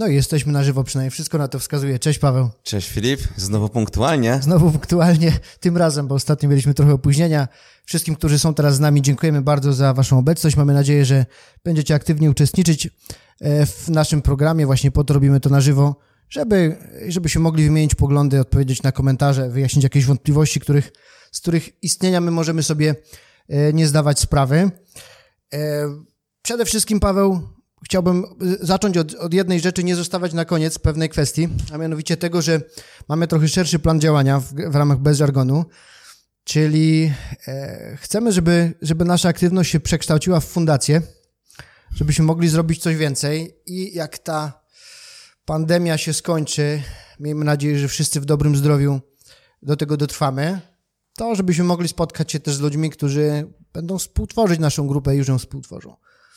No i jesteśmy na żywo, przynajmniej wszystko na to wskazuje. Cześć Paweł. Cześć Filip, znowu punktualnie. Znowu punktualnie, tym razem, bo ostatnio mieliśmy trochę opóźnienia. Wszystkim, którzy są teraz z nami, dziękujemy bardzo za waszą obecność. Mamy nadzieję, że będziecie aktywnie uczestniczyć w naszym programie. Właśnie po to robimy to na żywo, żebyśmy mogli wymienić poglądy, odpowiedzieć na komentarze, wyjaśnić jakieś wątpliwości, z których istnienia my możemy sobie nie zdawać sprawy. Przede wszystkim, Paweł, chciałbym zacząć od jednej rzeczy, nie zostawać na koniec pewnej kwestii, a mianowicie tego, że mamy trochę szerszy plan działania w ramach Bez Żargonu, czyli chcemy, żeby nasza aktywność się przekształciła w fundację, żebyśmy mogli zrobić coś więcej i jak ta pandemia się skończy, miejmy nadzieję, że wszyscy w dobrym zdrowiu do tego dotrwamy, to żebyśmy mogli spotkać się też z ludźmi, którzy będą współtworzyć naszą grupę i już ją współtworzą.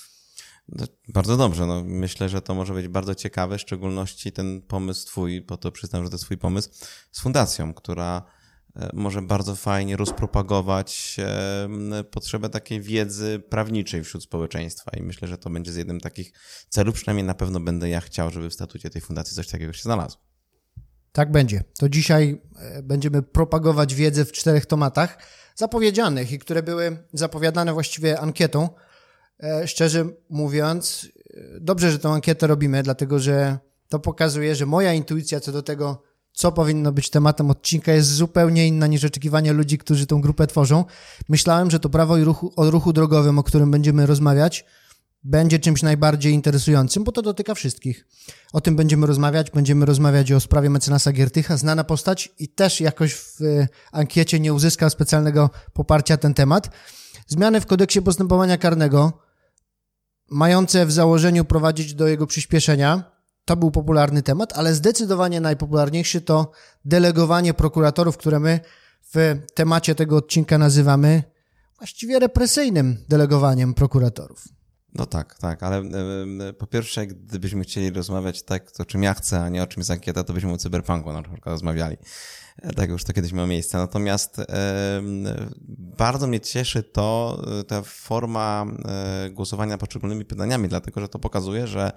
Bardzo dobrze, myślę, że to może być bardzo ciekawe, w szczególności ten pomysł twój, bo to przyznam, że to jest twój pomysł, z fundacją, która może bardzo fajnie rozpropagować potrzebę takiej wiedzy prawniczej wśród społeczeństwa i myślę, że to będzie z jednym z takich celów, przynajmniej na pewno będę ja chciał, żeby w statucie tej fundacji coś takiego się znalazło. Tak będzie. To dzisiaj będziemy propagować wiedzę w 4 tematach zapowiedzianych i które były zapowiadane właściwie ankietą. Szczerze mówiąc, dobrze, że tę ankietę robimy, dlatego że to pokazuje, że moja intuicja co do tego, co powinno być tematem odcinka, jest zupełnie inna niż oczekiwania ludzi, którzy tą grupę tworzą. Myślałem, że to prawo o ruchu drogowym, o którym będziemy rozmawiać, będzie czymś najbardziej interesującym, bo to dotyka wszystkich. O tym będziemy rozmawiać o sprawie mecenasa Giertycha, znana postać i też jakoś w ankiecie nie uzyskał specjalnego poparcia ten temat. Zmiany w kodeksie postępowania karnego, mające w założeniu prowadzić do jego przyspieszenia, to był popularny temat, ale zdecydowanie najpopularniejszy to delegowanie prokuratorów, które my w temacie tego odcinka nazywamy właściwie represyjnym delegowaniem prokuratorów. No tak, ale po pierwsze, gdybyśmy chcieli rozmawiać tak, o czym ja chcę, a nie o czym jest ankieta, to byśmy o cyberpunku na przykład rozmawiali. Tak już to kiedyś miało miejsce. Natomiast bardzo mnie cieszy ta forma głosowania poszczególnymi pytaniami, dlatego że to pokazuje, że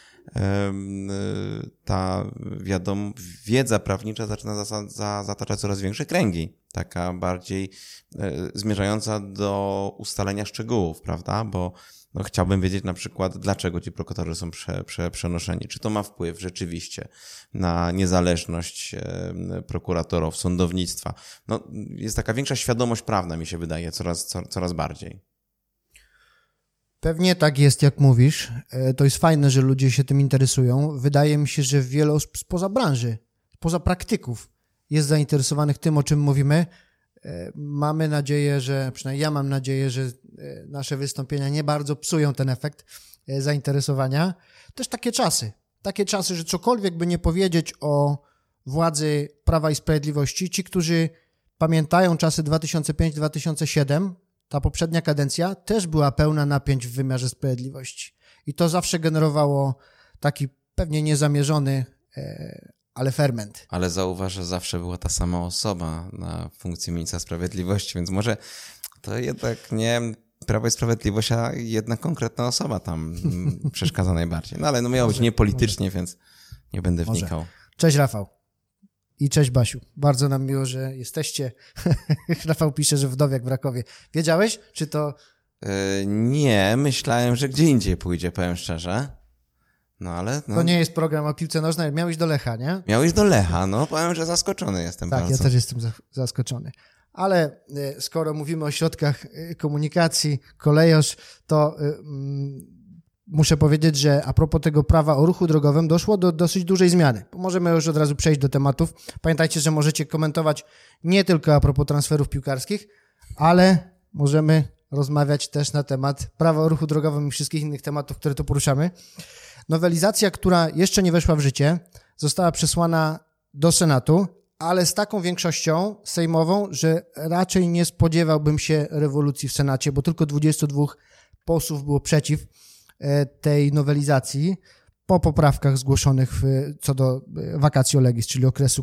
ta wiedza prawnicza zaczyna zataczać coraz większe kręgi, taka bardziej zmierzająca do ustalenia szczegółów, prawda? Bo chciałbym wiedzieć na przykład, dlaczego ci prokuratorzy są przenoszeni. Czy to ma wpływ rzeczywiście na niezależność prokuratorów, sądownictwa? Jest taka większa świadomość prawna, mi się wydaje, coraz bardziej. Pewnie tak jest, jak mówisz. To jest fajne, że ludzie się tym interesują. Wydaje mi się, że wiele osób spoza branży, spoza praktyków jest zainteresowanych tym, o czym mówimy. Mamy nadzieję, przynajmniej ja mam nadzieję, że nasze wystąpienia nie bardzo psują ten efekt zainteresowania. Też takie czasy, że cokolwiek by nie powiedzieć o władzy Prawa i Sprawiedliwości, ci, którzy pamiętają czasy 2005-2007, ta poprzednia kadencja też była pełna napięć w wymiarze sprawiedliwości. I to zawsze generowało taki pewnie niezamierzony, ale ferment. Ale zauważ, że zawsze była ta sama osoba na funkcji ministra sprawiedliwości, więc może to jednak nie Prawo i Sprawiedliwość, a jedna konkretna osoba tam przeszkadza najbardziej. Ale miało być niepolitycznie, więc nie będę wnikał. Cześć Rafał. I cześć Basiu. Bardzo nam miło, że jesteście. Rafał pisze, że wdowiak w Rakowie. Wiedziałeś, czy to... Nie, myślałem, że gdzie indziej pójdzie, powiem szczerze. Ale... To nie jest program o piłce nożnej. Miałeś do Lecha, nie? Miałeś do Lecha, powiem, że zaskoczony jestem tak, bardzo. Ja też jestem zaskoczony. Ale skoro mówimy o środkach komunikacji, kolejosz, to muszę powiedzieć, że a propos tego prawa o ruchu drogowym doszło do dosyć dużej zmiany. Możemy już od razu przejść do tematów. Pamiętajcie, że możecie komentować nie tylko a propos transferów piłkarskich, ale możemy rozmawiać też na temat prawa o ruchu drogowym i wszystkich innych tematów, które tu poruszamy. Nowelizacja, która jeszcze nie weszła w życie, została przesłana do Senatu, ale z taką większością sejmową, że raczej nie spodziewałbym się rewolucji w Senacie, bo tylko 22 posłów było przeciw tej nowelizacji po poprawkach zgłoszonych co do vacatio legis, czyli okresu,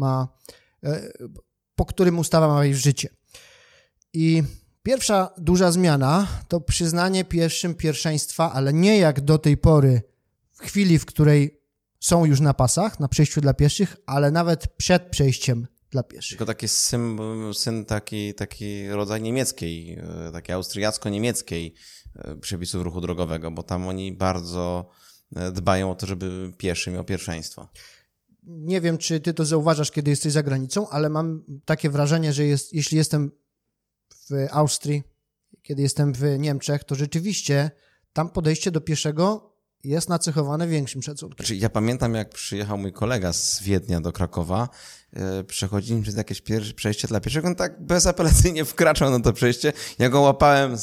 po którym ustawa ma wejść w życie. I pierwsza duża zmiana to przyznanie pierwszym pierwszeństwa, ale nie jak do tej pory w chwili, w której są już na pasach, na przejściu dla pieszych, ale nawet przed przejściem dla pieszych. Tylko taki syn taki rodzaj niemieckiej, takiej austriacko-niemieckiej przepisów ruchu drogowego, bo tam oni bardzo dbają o to, żeby pieszy miał pierwszeństwo. Nie wiem, czy ty to zauważasz, kiedy jesteś za granicą, ale mam takie wrażenie, że jeśli jestem w Austrii, kiedy jestem w Niemczech, to rzeczywiście tam podejście do pieszego jest nacechowane większym szacunkiem. Znaczy, ja pamiętam, jak przyjechał mój kolega z Wiednia do Krakowa, przechodzili przez jakieś przejście dla pieszych, on tak bezapelacyjnie wkraczał na to przejście, ja go łapałem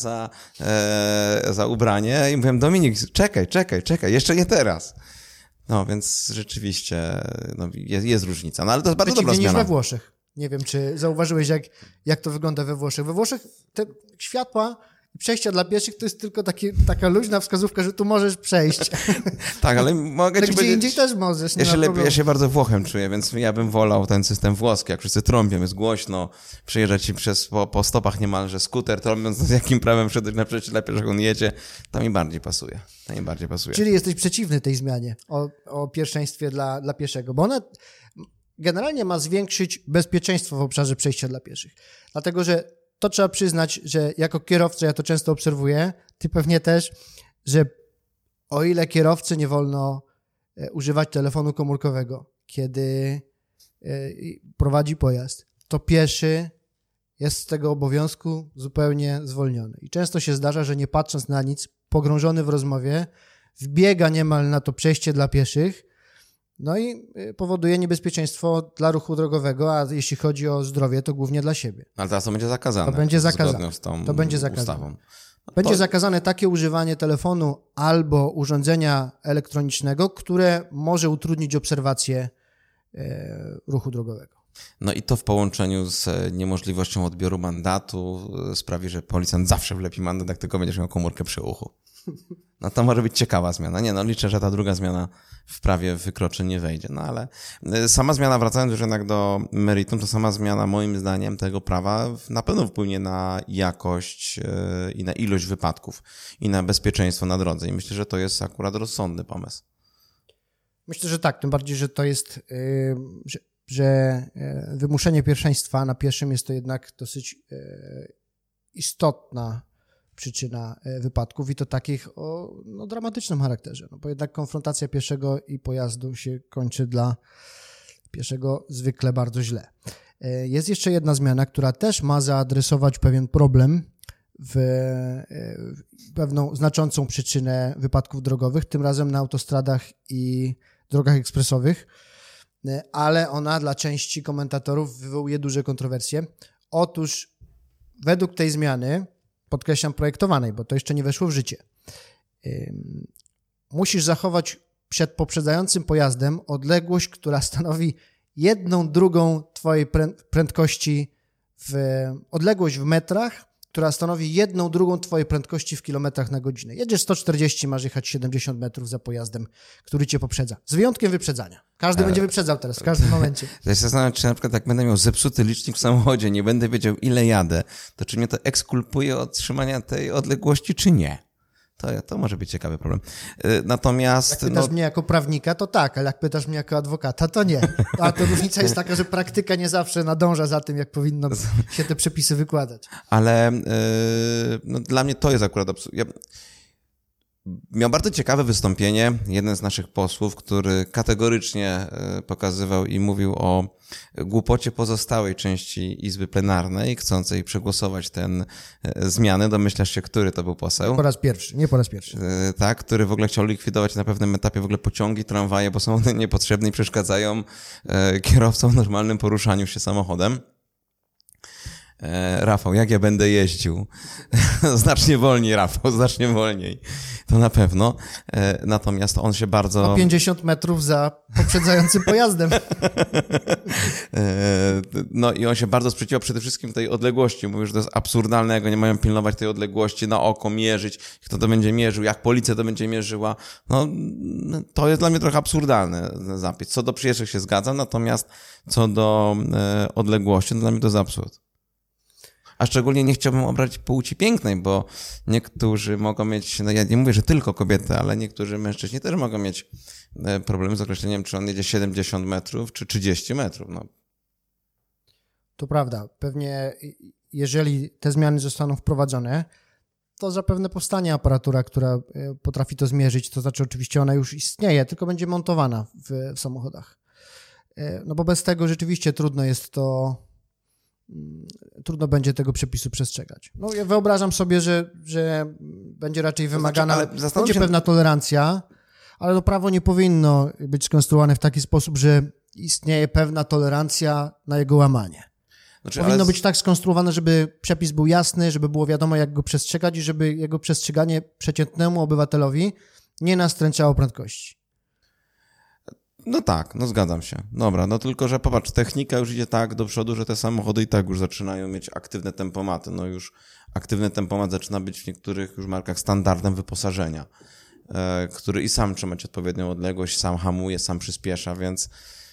za ubranie i mówiłem, Dominik, czekaj, jeszcze nie teraz. No, więc rzeczywiście jest różnica. No, ale to jest bardzo dobra zmiana. Niż we Włoszech. Nie wiem, czy zauważyłeś, jak to wygląda we Włoszech. We Włoszech te światła i przejścia dla pieszych to jest tylko taka luźna wskazówka, że tu możesz przejść. Tak, ale mogę ci powiedzieć... indziej też możesz, nie ja się bardzo Włochem czuję, więc ja bym wolał ten system włoski, jak wszyscy trąbią, jest głośno, przyjeżdża ci po stopach niemalże skuter, trąbiąc, z jakim prawem wszedłeś na przejście dla pieszych, on jedzie, to mi bardziej pasuje. Czyli jesteś przeciwny tej zmianie o pierwszeństwie dla pieszego, bo ona generalnie ma zwiększyć bezpieczeństwo w obszarze przejścia dla pieszych. Dlatego, że to trzeba przyznać, że jako kierowca, ja to często obserwuję, ty pewnie też, że o ile kierowcy nie wolno używać telefonu komórkowego, kiedy prowadzi pojazd, to pieszy jest z tego obowiązku zupełnie zwolniony. I często się zdarza, że nie patrząc na nic, pogrążony w rozmowie, wbiega niemal na to przejście dla pieszych, no i powoduje niebezpieczeństwo dla ruchu drogowego, a jeśli chodzi o zdrowie, to głównie dla siebie. Ale teraz to będzie zakazane. To będzie zakazane. Zgodnie z tą to będzie zakazane. ustawą. Będzie zakazane takie używanie telefonu albo urządzenia elektronicznego, które może utrudnić obserwację ruchu drogowego. No i to w połączeniu z niemożliwością odbioru mandatu sprawi, że policjant zawsze wlepi mandat, jak tylko będziesz miał komórkę przy uchu. No to może być ciekawa zmiana. Nie, no liczę, że ta druga zmiana w prawie wykroczeń nie wejdzie. No ale sama zmiana, wracając już jednak do meritum, to sama zmiana moim zdaniem tego prawa na pewno wpłynie na jakość i na ilość wypadków i na bezpieczeństwo na drodze. I myślę, że to jest akurat rozsądny pomysł. Myślę, że tak. Tym bardziej, że to jest... że wymuszenie pierwszeństwa na pieszym jest to jednak dosyć istotna przyczyna wypadków i to takich o dramatycznym charakterze, bo jednak konfrontacja pieszego i pojazdu się kończy dla pieszego zwykle bardzo źle. Jest jeszcze jedna zmiana, która też ma zaadresować pewien problem w pewną znaczącą przyczynę wypadków drogowych, tym razem na autostradach i drogach ekspresowych, ale ona dla części komentatorów wywołuje duże kontrowersje. Otóż według tej zmiany, podkreślam projektowanej, bo to jeszcze nie weszło w życie, musisz zachować przed poprzedzającym pojazdem odległość, która stanowi 1/2 twojej prędkości odległość w metrach, która stanowi 1/2 twojej prędkości w kilometrach na godzinę. Jedziesz 140, masz jechać 70 metrów za pojazdem, który cię poprzedza. Z wyjątkiem wyprzedzania. Każdy będzie wyprzedzał teraz, w każdym momencie. Ja się zastanawiam, czy na przykład jak będę miał zepsuty licznik w samochodzie, nie będę wiedział, ile jadę, to czy mnie to ekskulpuje od trzymania tej odległości, czy nie? To może być ciekawy problem. Natomiast... Jak pytasz mnie jako prawnika, to tak, ale jak pytasz mnie jako adwokata, to nie. A to różnica jest taka, że praktyka nie zawsze nadąża za tym, jak powinno się te przepisy wykładać. Ale dla mnie to jest akurat absurd. Miał bardzo ciekawe wystąpienie jeden z naszych posłów, który kategorycznie pokazywał i mówił o głupocie pozostałej części Izby Plenarnej, chcącej przegłosować ten zmiany. Domyślasz się, który to był poseł? Nie po raz pierwszy. Tak, który w ogóle chciał likwidować na pewnym etapie w ogóle pociągi, tramwaje, bo są one niepotrzebne i przeszkadzają kierowcom w normalnym poruszaniu się samochodem. Rafał, jak ja będę jeździł? Znacznie wolniej, Rafał, znacznie wolniej. To na pewno. Natomiast on się bardzo... O 50 metrów za poprzedzającym pojazdem. No i on się bardzo sprzeciwiał przede wszystkim tej odległości. Mówił, że to jest absurdalne, jak oni mają pilnować tej odległości, na oko mierzyć, kto to będzie mierzył, jak policja to będzie mierzyła. No, to jest dla mnie trochę absurdalny zapis. Co do przyjeżdżych się zgadzam, natomiast co do odległości, to dla mnie to jest absurd. A szczególnie nie chciałbym obrać płci pięknej, bo niektórzy mogą mieć, no ja nie mówię, że tylko kobiety, ale niektórzy mężczyźni też mogą mieć problemy z określeniem, czy on jedzie 70 metrów, czy 30 metrów. No. To prawda. Pewnie jeżeli te zmiany zostaną wprowadzone, to zapewne powstanie aparatura, która potrafi to zmierzyć. To znaczy oczywiście ona już istnieje, tylko będzie montowana w samochodach. No bo bez tego rzeczywiście trudno będzie tego przepisu przestrzegać. No ja wyobrażam sobie, że będzie raczej wymagana, będzie pewna tolerancja, ale to prawo nie powinno być skonstruowane w taki sposób, że istnieje pewna tolerancja na jego łamanie. Powinno być tak skonstruowane, żeby przepis był jasny, żeby było wiadomo, jak go przestrzegać i żeby jego przestrzeganie przeciętnemu obywatelowi nie nastręczało prędkości. No tak, no zgadzam się. Dobra, no tylko, że popatrz, technika już idzie tak do przodu, że te samochody i tak już zaczynają mieć aktywne tempomaty. No już aktywny tempomat zaczyna być w niektórych już markach standardem wyposażenia, który i sam trzyma odpowiednią odległość, sam hamuje, sam przyspiesza, więc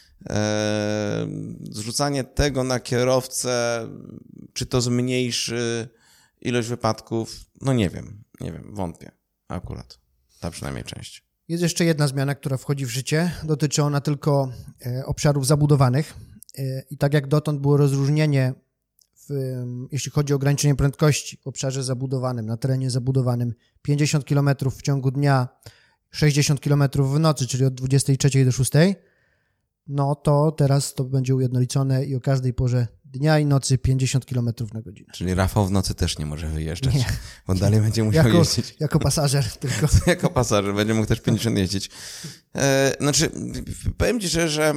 zrzucanie tego na kierowcę, czy to zmniejszy ilość wypadków, no nie wiem, wątpię akurat, ta przynajmniej część. Jest jeszcze jedna zmiana, która wchodzi w życie. Dotyczy ona tylko obszarów zabudowanych i tak jak dotąd było rozróżnienie, jeśli chodzi o ograniczenie prędkości w obszarze zabudowanym, na terenie zabudowanym 50 km w ciągu dnia, 60 km w nocy, czyli od 23 do 6, no to teraz to będzie ujednolicone i o każdej porze dnia i nocy 50 km na godzinę. Czyli Rafał w nocy też nie może wyjeżdżać, bo dalej będzie musiał jeździć. Jako pasażer tylko. Jako pasażer, będzie mógł też 50 jeździć. Znaczy, powiem ci szczerze, że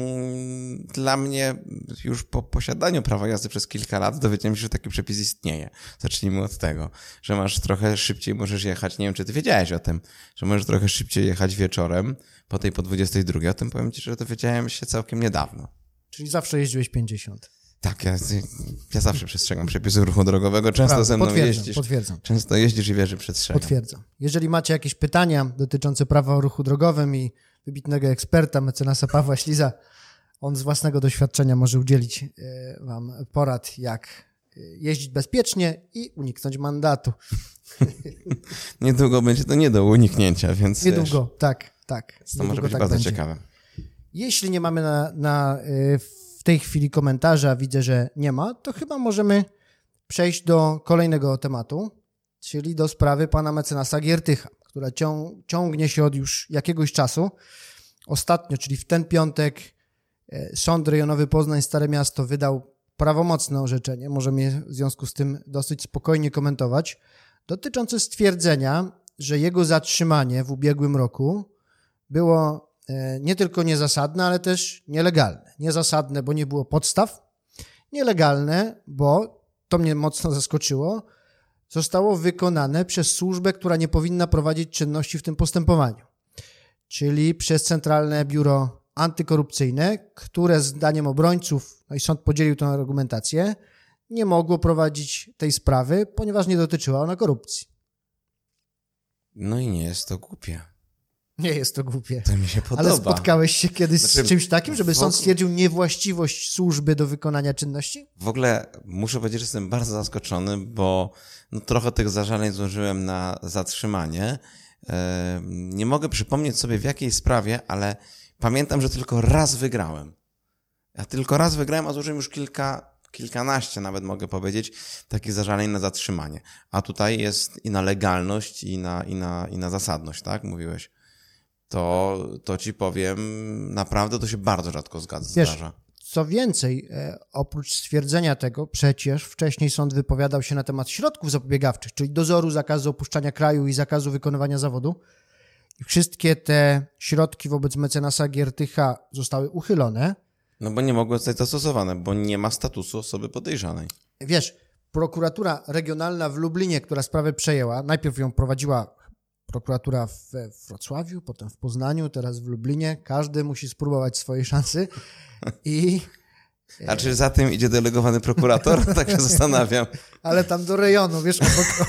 dla mnie już po posiadaniu prawa jazdy przez kilka lat dowiedziałem się, że taki przepis istnieje. Zacznijmy od tego, że masz trochę szybciej możesz jechać, nie wiem, czy ty wiedziałeś o tym, że możesz trochę szybciej jechać wieczorem, po 22, o tym powiem ci, że dowiedziałem się całkiem niedawno. Czyli zawsze jeździłeś 50. Tak, ja zawsze przestrzegam przepisów ruchu drogowego. Często ze mną jeździsz. Potwierdzam. Często jeździsz i wiesz, że przestrzegam. Potwierdzam. Jeżeli macie jakieś pytania dotyczące prawa o ruchu drogowym i wybitnego eksperta, mecenasa Pawła Śliza, on z własnego doświadczenia może udzielić wam porad, jak jeździć bezpiecznie i uniknąć mandatu. Niedługo będzie to nie do uniknięcia, więc niedługo, wiesz, tak. To może być tak bardzo ciekawe. Jeśli nie mamy w tej chwili komentarza, widzę, że nie ma, to chyba możemy przejść do kolejnego tematu, czyli do sprawy pana mecenasa Giertycha, która ciągnie się od już jakiegoś czasu. Ostatnio, czyli w ten piątek, Sąd Rejonowy Poznań Stare Miasto wydał prawomocne orzeczenie, możemy je w związku z tym dosyć spokojnie komentować, dotyczące stwierdzenia, że jego zatrzymanie w ubiegłym roku było nie tylko niezasadne, ale też nielegalne. Niezasadne, bo nie było podstaw. Nielegalne, bo, to mnie mocno zaskoczyło, zostało wykonane przez służbę, która nie powinna prowadzić czynności w tym postępowaniu. Czyli przez Centralne Biuro Antykorupcyjne, które zdaniem obrońców, no i sąd podzielił tę argumentację, nie mogło prowadzić tej sprawy, ponieważ nie dotyczyła ona korupcji. No i nie jest to głupie. Nie jest to głupie. To mi się podoba. Ale spotkałeś się kiedyś z czymś takim, żeby sąd stwierdził niewłaściwość służby do wykonania czynności? W ogóle muszę powiedzieć, że jestem bardzo zaskoczony, bo trochę tych zażaleń złożyłem na zatrzymanie. Nie mogę przypomnieć sobie w jakiej sprawie, ale pamiętam, że tylko raz wygrałem. Ja tylko raz wygrałem, a złożyłem już kilkanaście nawet mogę powiedzieć, takich zażaleń na zatrzymanie. A tutaj jest i na legalność, i na zasadność, tak? Mówiłeś. To ci powiem, naprawdę to się bardzo rzadko zdarza. Co więcej, oprócz stwierdzenia tego, przecież wcześniej sąd wypowiadał się na temat środków zapobiegawczych, czyli dozoru, zakazu opuszczania kraju i zakazu wykonywania zawodu. I wszystkie te środki wobec mecenasa Giertycha zostały uchylone. No bo nie mogły zostać zastosowane, bo nie ma statusu osoby podejrzanej. Wiesz, prokuratura regionalna w Lublinie, która sprawę przejęła, najpierw ją prowadziła prokuratura we Wrocławiu, potem w Poznaniu, teraz w Lublinie. Każdy musi spróbować swojej szansy. A czy za tym idzie delegowany prokurator? Tak się zastanawiam. Ale tam do rejonu, wiesz, obok.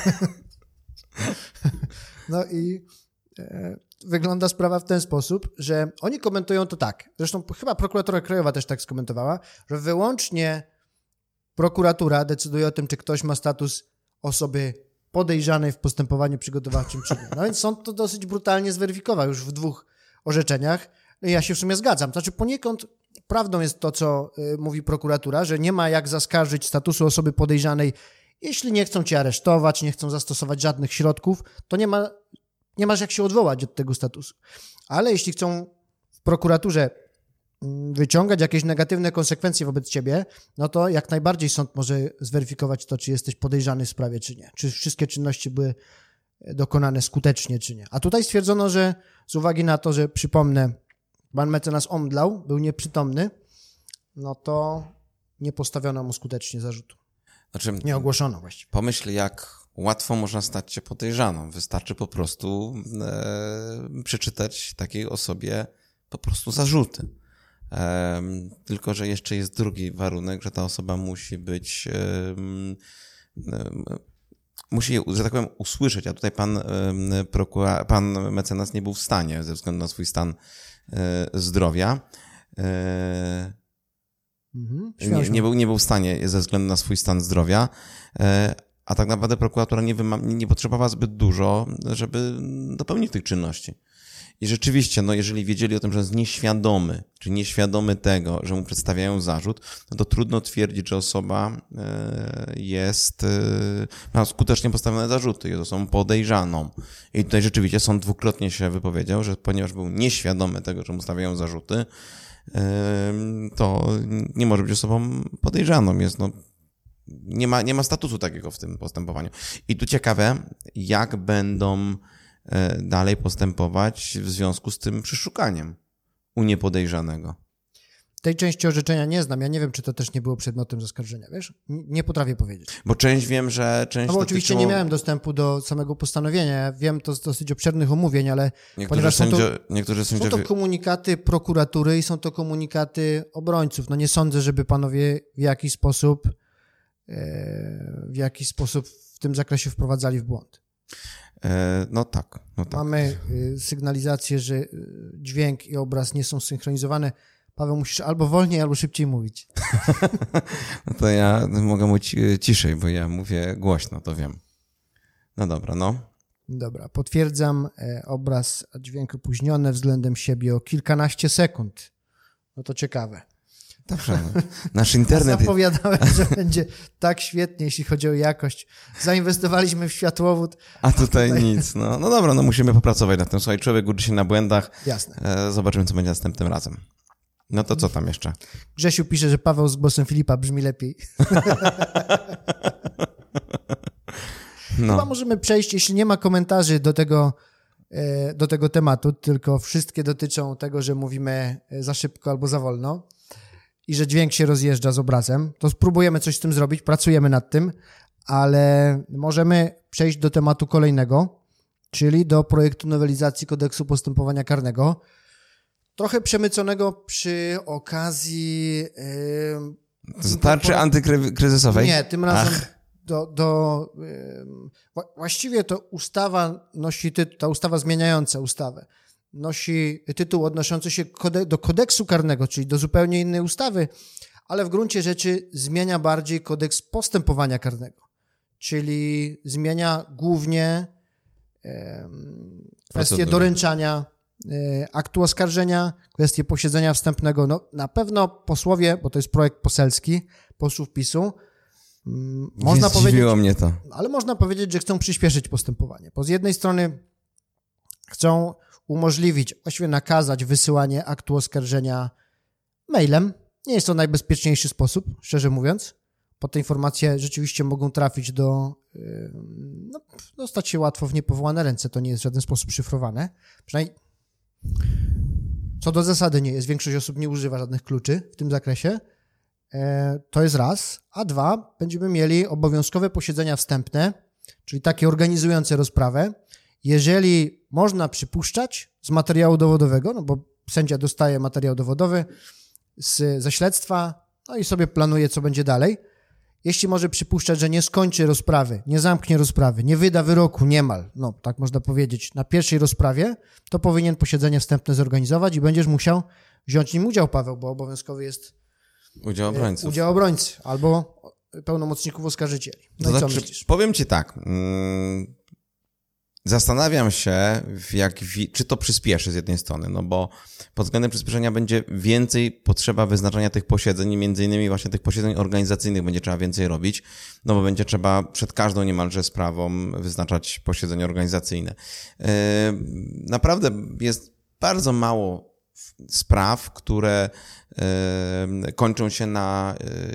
No i wygląda sprawa w ten sposób, że oni komentują to tak. Zresztą chyba prokuratura krajowa też tak skomentowała, że wyłącznie prokuratura decyduje o tym, czy ktoś ma status osoby podejrzanej w postępowaniu przygotowawczym czy nie. No więc sąd to dosyć brutalnie zweryfikował już w 2 orzeczeniach. No i ja się w sumie zgadzam. Znaczy poniekąd prawdą jest to, co mówi prokuratura, że nie ma jak zaskarżyć statusu osoby podejrzanej, jeśli nie chcą cię aresztować, nie chcą zastosować żadnych środków, to nie masz jak się odwołać od tego statusu. Ale jeśli chcą w prokuraturze wyciągać jakieś negatywne konsekwencje wobec ciebie, no to jak najbardziej sąd może zweryfikować to, czy jesteś podejrzany w sprawie, czy nie. Czy wszystkie czynności były dokonane skutecznie, czy nie. A tutaj stwierdzono, że z uwagi na to, że przypomnę, pan mecenas omdlał, był nieprzytomny, no to nie postawiono mu skutecznie zarzutu. Znaczy, nie ogłoszono właściwie. Pomyśl, jak łatwo można stać się podejrzaną. Wystarczy po prostu przeczytać takiej osobie po prostu zarzuty. Tylko że jeszcze jest drugi warunek, że ta osoba musi być, musi je, że tak powiem, usłyszeć, a tutaj pan mecenas nie był w stanie ze względu na swój stan zdrowia. Nie był w stanie ze względu na swój stan zdrowia, a tak naprawdę prokuratura nie potrzebowała zbyt dużo, żeby dopełnić tych czynności. I rzeczywiście, no jeżeli wiedzieli o tym, że jest nieświadomy, czy nieświadomy tego, że mu przedstawiają zarzut, no to trudno twierdzić, że osoba ma skutecznie postawione zarzuty, jest osobą podejrzaną. I tutaj rzeczywiście sąd 2-krotnie się wypowiedział, że ponieważ był nieświadomy tego, że mu stawiają zarzuty, to nie może być osobą podejrzaną. Nie ma statusu takiego w tym postępowaniu. I tu ciekawe, jak będą dalej postępować w związku z tym przeszukaniem u niepodejrzanego. Tej części orzeczenia nie znam. Ja nie wiem, czy to też nie było przedmiotem zaskarżenia, wiesz? Nie potrafię powiedzieć. Bo wiem, że część bo oczywiście nie miałem dostępu do samego postanowienia. Ja wiem to z dosyć obszernych omówień, ale niektórzy są to komunikaty prokuratury i są to komunikaty obrońców. No nie sądzę, żeby panowie w jakiś sposób w tym zakresie wprowadzali w błąd. No tak. Mamy sygnalizację, że dźwięk i obraz nie są synchronizowane. Paweł, musisz albo wolniej, albo szybciej mówić. No to ja mogę mówić ciszej, bo ja mówię głośno, to wiem. No dobra, Dobra, potwierdzam, obraz, a dźwięk opóźniony względem siebie o kilkanaście sekund. No to ciekawe. Dobrze, nasz internet... Zapowiadałem, że będzie tak świetnie, jeśli chodzi o jakość. Zainwestowaliśmy w światłowód. A tutaj nic. No dobra, musimy popracować nad tym. Słuchaj, człowiek uczy się na błędach. Jasne. Zobaczymy, co będzie następnym razem. No to co tam jeszcze? Grzesiu pisze, że Paweł z głosem Filipa brzmi lepiej. Chyba możemy przejść, jeśli nie ma komentarzy do tego tematu, tylko wszystkie dotyczą tego, że mówimy za szybko albo za wolno i że dźwięk się rozjeżdża z obrazem, to spróbujemy coś z tym zrobić, pracujemy nad tym, ale możemy przejść do tematu kolejnego, czyli do projektu nowelizacji Kodeksu Postępowania Karnego, trochę przemyconego przy okazji... tarczy antykryzysowej? Nie, tym razem właściwie to ustawa nosi tytuł, ta ustawa zmieniająca ustawę, nosi tytuł odnoszący się do kodeksu karnego, czyli do zupełnie innej ustawy, ale w gruncie rzeczy zmienia bardziej kodeks postępowania karnego, czyli zmienia głównie kwestię doręczania aktu oskarżenia, kwestię posiedzenia wstępnego. No, na pewno posłowie, bo to jest projekt poselski, posłów PiS-u, można powiedzieć, zdziwiło mnie to. Ale można powiedzieć, że chcą przyspieszyć postępowanie. Bo z jednej strony chcą umożliwić, właściwie nakazać wysyłanie aktu oskarżenia mailem. Nie jest to najbezpieczniejszy sposób, szczerze mówiąc. Bo te informacje rzeczywiście mogą trafić dostać się łatwo w niepowołane ręce. To nie jest w żaden sposób szyfrowane. Przynajmniej co do zasady nie jest. Większość osób nie używa żadnych kluczy w tym zakresie. To jest raz. A dwa, będziemy mieli obowiązkowe posiedzenia wstępne, czyli takie organizujące rozprawę. Jeżeli można przypuszczać z materiału dowodowego, no bo sędzia dostaje materiał dowodowy ze śledztwa, no i sobie planuje, co będzie dalej. Jeśli może przypuszczać, że nie skończy rozprawy, nie zamknie rozprawy, nie wyda wyroku niemal, no tak można powiedzieć, na pierwszej rozprawie, to powinien posiedzenie wstępne zorganizować i będziesz musiał wziąć w nim udział, Paweł, bo obowiązkowy jest udział obrońcy. Albo pełnomocników oskarżycieli. No to i znaczy, co myślisz? powiem ci tak. Zastanawiam się, czy to przyspieszy z jednej strony, no bo pod względem przyspieszenia będzie więcej potrzeba wyznaczania tych posiedzeń i między innymi właśnie tych posiedzeń organizacyjnych będzie trzeba więcej robić, no bo będzie trzeba przed każdą niemalże sprawą wyznaczać posiedzenie organizacyjne. Naprawdę jest bardzo mało spraw, które kończą się na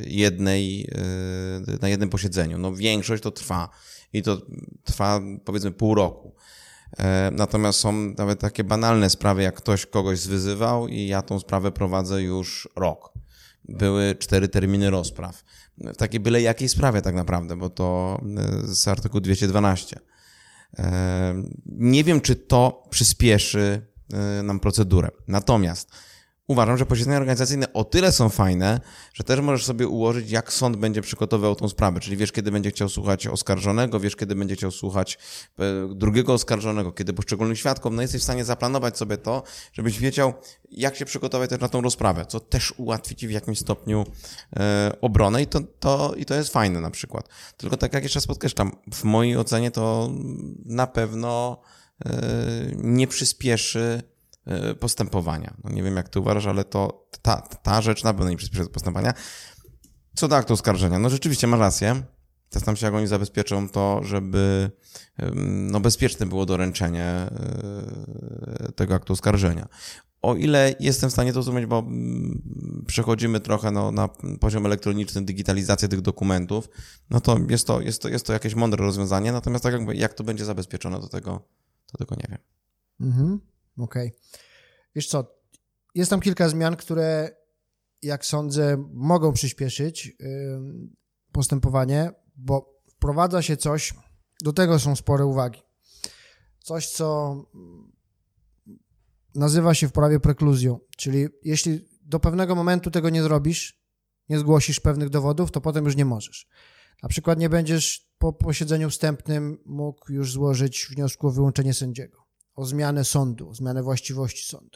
jednym posiedzeniu. No większość to trwa. I to trwa powiedzmy pół roku. Natomiast są nawet takie banalne sprawy, jak ktoś kogoś zwyzywał i ja tą sprawę prowadzę już rok. Były 4 terminy rozpraw. W takiej byle jakiej sprawie tak naprawdę, bo to z artykułu 212. Nie wiem, czy to przyspieszy nam procedurę. Natomiast uważam, że posiedzenia organizacyjne o tyle są fajne, że też możesz sobie ułożyć, jak sąd będzie przygotowywał tą sprawę. Czyli wiesz, kiedy będzie chciał słuchać oskarżonego, wiesz, kiedy będzie chciał słuchać drugiego oskarżonego, kiedy poszczególnych świadków. No jesteś w stanie zaplanować sobie to, żebyś wiedział, jak się przygotować też na tą rozprawę, co też ułatwi ci w jakimś stopniu obronę i to jest fajne na przykład. Tylko tak jak jeszcze raz podkreślam, w mojej ocenie to na pewno nie przyspieszy postępowania. No nie wiem, jak ty uważasz, ale to ta rzecz na pewno nie przyspieszy postępowania. Co do aktu oskarżenia? No rzeczywiście masz rację. Zastanawiam się, jak oni zabezpieczą to, żeby bezpieczne było doręczenie tego aktu oskarżenia. O ile jestem w stanie to zrozumieć, bo przechodzimy trochę na poziom elektroniczny, digitalizację tych dokumentów, no to jest to jakieś mądre rozwiązanie, natomiast tak jak to będzie zabezpieczone, to tego nie wiem. Okej. Wiesz co, jest tam kilka zmian, które, jak sądzę, mogą przyspieszyć postępowanie, bo wprowadza się coś, do tego są spore uwagi. Coś, co nazywa się w prawie prekluzją, czyli jeśli do pewnego momentu tego nie zrobisz, nie zgłosisz pewnych dowodów, to potem już nie możesz. Na przykład nie będziesz po posiedzeniu wstępnym mógł już złożyć wniosku o wyłączenie sędziego, o zmianę sądu, o zmianę właściwości sądu.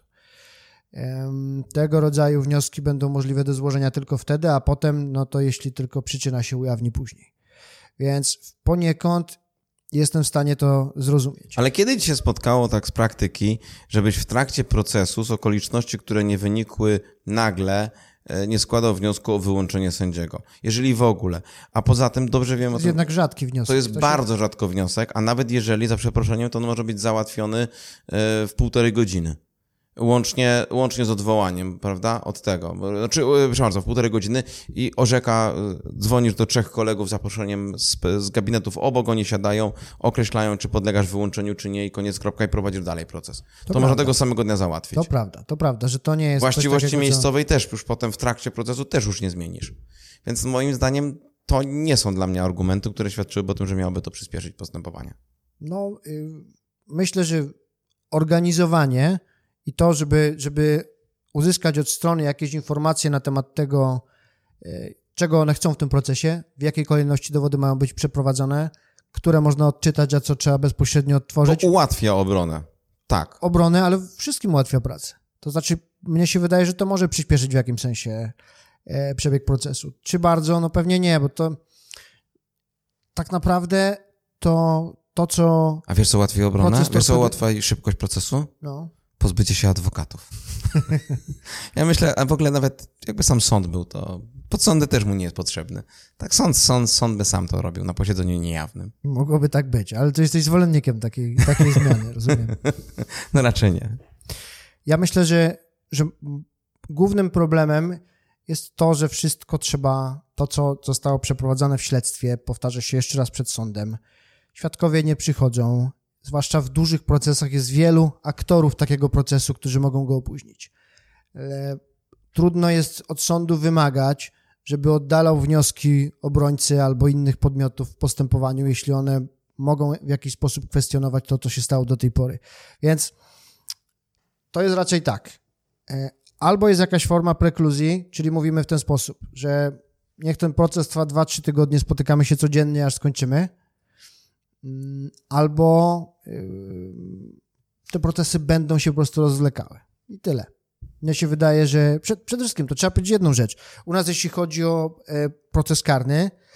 Tego rodzaju wnioski będą możliwe do złożenia tylko wtedy, a potem, no to jeśli tylko przyczyna się ujawni później. Więc poniekąd jestem w stanie to zrozumieć. Ale kiedy ci się spotkało tak z praktyki, żebyś w trakcie procesu z okoliczności, które nie wynikły nagle, nie składał wniosku o wyłączenie sędziego? Jeżeli w ogóle. A poza tym dobrze wiem o tym... To jest jednak rzadki wniosek. To jest bardzo rzadko wniosek, a nawet jeżeli, za przeproszeniem, to on może być załatwiony w 1,5 godziny. Łącznie z odwołaniem, prawda, od tego. Znaczy, przepraszam, w 1,5 godziny i dzwonisz do 3 kolegów z zaproszeniem z gabinetów obok, oni siadają, określają, czy podlegasz wyłączeniu, czy nie i koniec, kropka i prowadzisz dalej proces. To można tego samego dnia załatwić. To prawda, że to nie jest... Właściwości takiego, miejscowej też już potem w trakcie procesu też już nie zmienisz. Więc moim zdaniem to nie są dla mnie argumenty, które świadczyłyby o tym, że miałoby to przyspieszyć postępowanie. No, myślę, że organizowanie i to, żeby uzyskać od strony jakieś informacje na temat tego, czego one chcą w tym procesie, w jakiej kolejności dowody mają być przeprowadzone, które można odczytać, a co trzeba bezpośrednio odtworzyć. To ułatwia obronę. Tak. Obronę, ale wszystkim ułatwia pracę. To znaczy, mnie się wydaje, że to może przyspieszyć w jakimś sensie przebieg procesu. Czy bardzo? No pewnie nie, bo to tak naprawdę to co... A wiesz, co ułatwi obronę? Wiesz, co ułatwia szybkość procesu? No. Pozbycie się adwokatów. Ja myślę, a w ogóle nawet jakby sam sąd był, to podsądy też mu nie jest potrzebny. Tak sąd by sam to robił na posiedzeniu niejawnym. Mogłoby tak być, ale ty jesteś zwolennikiem takiej zmiany, rozumiem. No raczej nie. Ja myślę, że głównym problemem jest to, że wszystko to co zostało przeprowadzone w śledztwie, powtarza się jeszcze raz przed sądem. Świadkowie nie przychodzą. Zwłaszcza w dużych procesach jest wielu aktorów takiego procesu, którzy mogą go opóźnić. Trudno jest od sądu wymagać, żeby oddalał wnioski obrońcy albo innych podmiotów w postępowaniu, jeśli one mogą w jakiś sposób kwestionować to, co się stało do tej pory. Więc to jest raczej tak. Albo jest jakaś forma prekluzji, czyli mówimy w ten sposób, że niech ten proces trwa 2-3 tygodnie, spotykamy się codziennie, aż skończymy, albo te procesy będą się po prostu rozwlekały. I tyle. Mnie się wydaje, że przede wszystkim to trzeba powiedzieć jedną rzecz. U nas, jeśli chodzi o proces karny,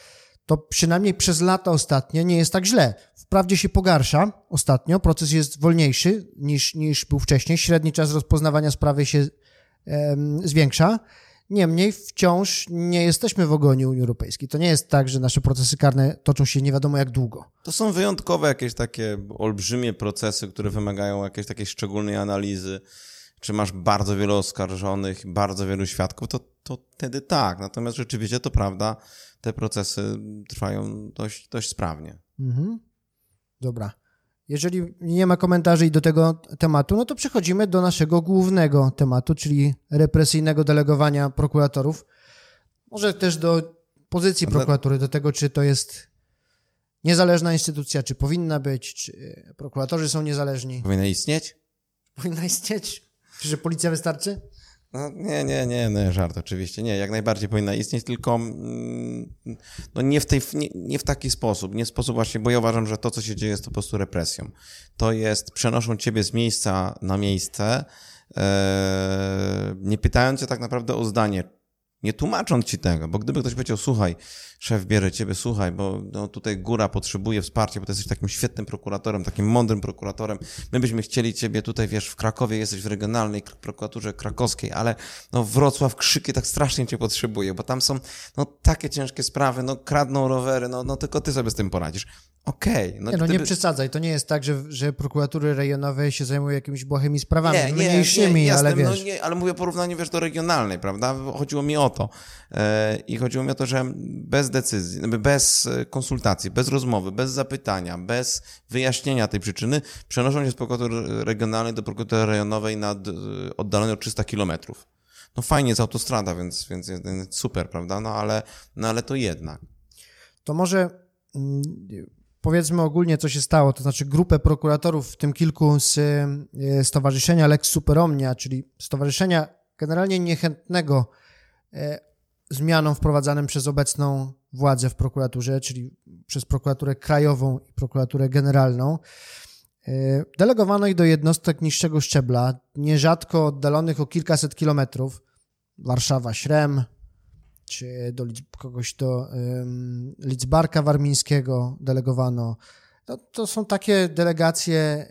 to przynajmniej przez lata ostatnie nie jest tak źle. Wprawdzie się pogarsza ostatnio, proces jest wolniejszy niż był wcześniej, średni czas rozpoznawania sprawy się zwiększa. Niemniej wciąż nie jesteśmy w ogonie Unii Europejskiej. To nie jest tak, że nasze procesy karne toczą się nie wiadomo jak długo. To są wyjątkowe jakieś takie olbrzymie procesy, które wymagają jakiejś takiej szczególnej analizy. Czy masz bardzo wielu oskarżonych, bardzo wielu świadków, to wtedy tak. Natomiast rzeczywiście to prawda, te procesy trwają dość sprawnie. Mhm. Dobra. Jeżeli nie ma komentarzy do tego tematu, no to przechodzimy do naszego głównego tematu, czyli represyjnego delegowania prokuratorów. Może też do pozycji prokuratury, do tego, czy to jest niezależna instytucja, czy powinna być, czy prokuratorzy są niezależni. Powinna istnieć? Powinna istnieć? Czy że policja wystarczy? No, nie, żart oczywiście. Nie, jak najbardziej powinna istnieć, tylko no nie w taki sposób. Nie w sposób właśnie, bo ja uważam, że to, co się dzieje, jest to po prostu represją. To jest, przenoszą ciebie z miejsca na miejsce, nie pytając cię tak naprawdę o zdanie, nie tłumacząc ci tego, bo gdyby ktoś powiedział, słuchaj, szef bierze ciebie, słuchaj, bo no, tutaj góra potrzebuje wsparcia, bo ty jesteś takim świetnym prokuratorem, takim mądrym prokuratorem, my byśmy chcieli ciebie tutaj, wiesz, w Krakowie jesteś w regionalnej prokuraturze krakowskiej, ale no Wrocław Krzyki tak strasznie cię potrzebuje, bo tam są no takie ciężkie sprawy, no kradną rowery, no tylko ty sobie z tym poradzisz. Okej. Nie przesadzaj, to nie jest tak, że prokuratury rejonowe się zajmują jakimiś błahymi sprawami, mniejszymi, jasne, ale wiesz. No nie, ale mówię o porównaniu, wiesz, do regionalnej, prawda? Chodziło mi o to. I chodziło mi o to, że bez decyzji, bez konsultacji, bez rozmowy, bez zapytania, bez wyjaśnienia tej przyczyny przenoszą się z prokuratury regionalnej do prokuratury rejonowej oddalone o 300 kilometrów. No fajnie, jest autostrada, więc super, prawda? No ale to jednak. To może powiedzmy ogólnie, co się stało, to znaczy grupę prokuratorów, w tym kilku z stowarzyszenia Lex Super Omnia, czyli stowarzyszenia generalnie niechętnego zmianom wprowadzanym przez obecną władzę w prokuraturze, czyli przez prokuraturę krajową i prokuraturę generalną. Delegowano ich do jednostek niższego szczebla, nierzadko oddalonych o kilkaset kilometrów. Warszawa, Śrem, czy kogoś do Lidzbarka Warmińskiego delegowano. To są takie delegacje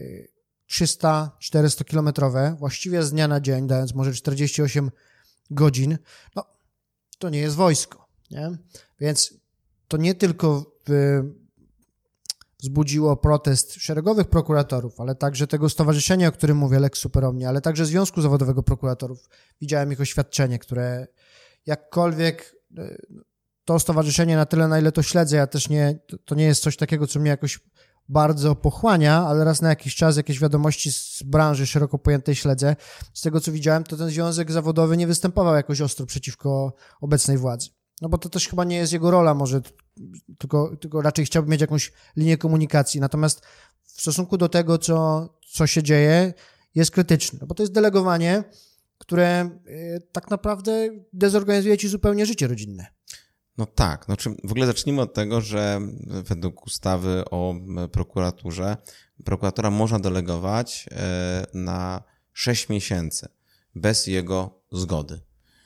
300-400 kilometrowe, właściwie z dnia na dzień, dając może 48 godzin. No, to nie jest wojsko, nie? Więc to nie tylko wzbudziło protest szeregowych prokuratorów, ale także tego stowarzyszenia, o którym mówię, Lex Super Omnia, ale także Związku Zawodowego Prokuratorów. Widziałem ich oświadczenie, które jakkolwiek to stowarzyszenie na tyle, na ile to śledzę, ja też to nie jest coś takiego, co mnie jakoś bardzo pochłania, ale raz na jakiś czas jakieś wiadomości z branży szeroko pojętej śledzę. Z tego, co widziałem, to ten związek zawodowy nie występował jakoś ostro przeciwko obecnej władzy. No bo to też chyba nie jest jego rola, może tylko raczej chciałby mieć jakąś linię komunikacji. Natomiast w stosunku do tego, co się dzieje, jest krytyczny. No bo to jest delegowanie, które tak naprawdę dezorganizuje ci zupełnie życie rodzinne. No tak, w ogóle zacznijmy od tego, że według ustawy o prokuraturze prokuratora można delegować na 6 miesięcy bez jego zgody.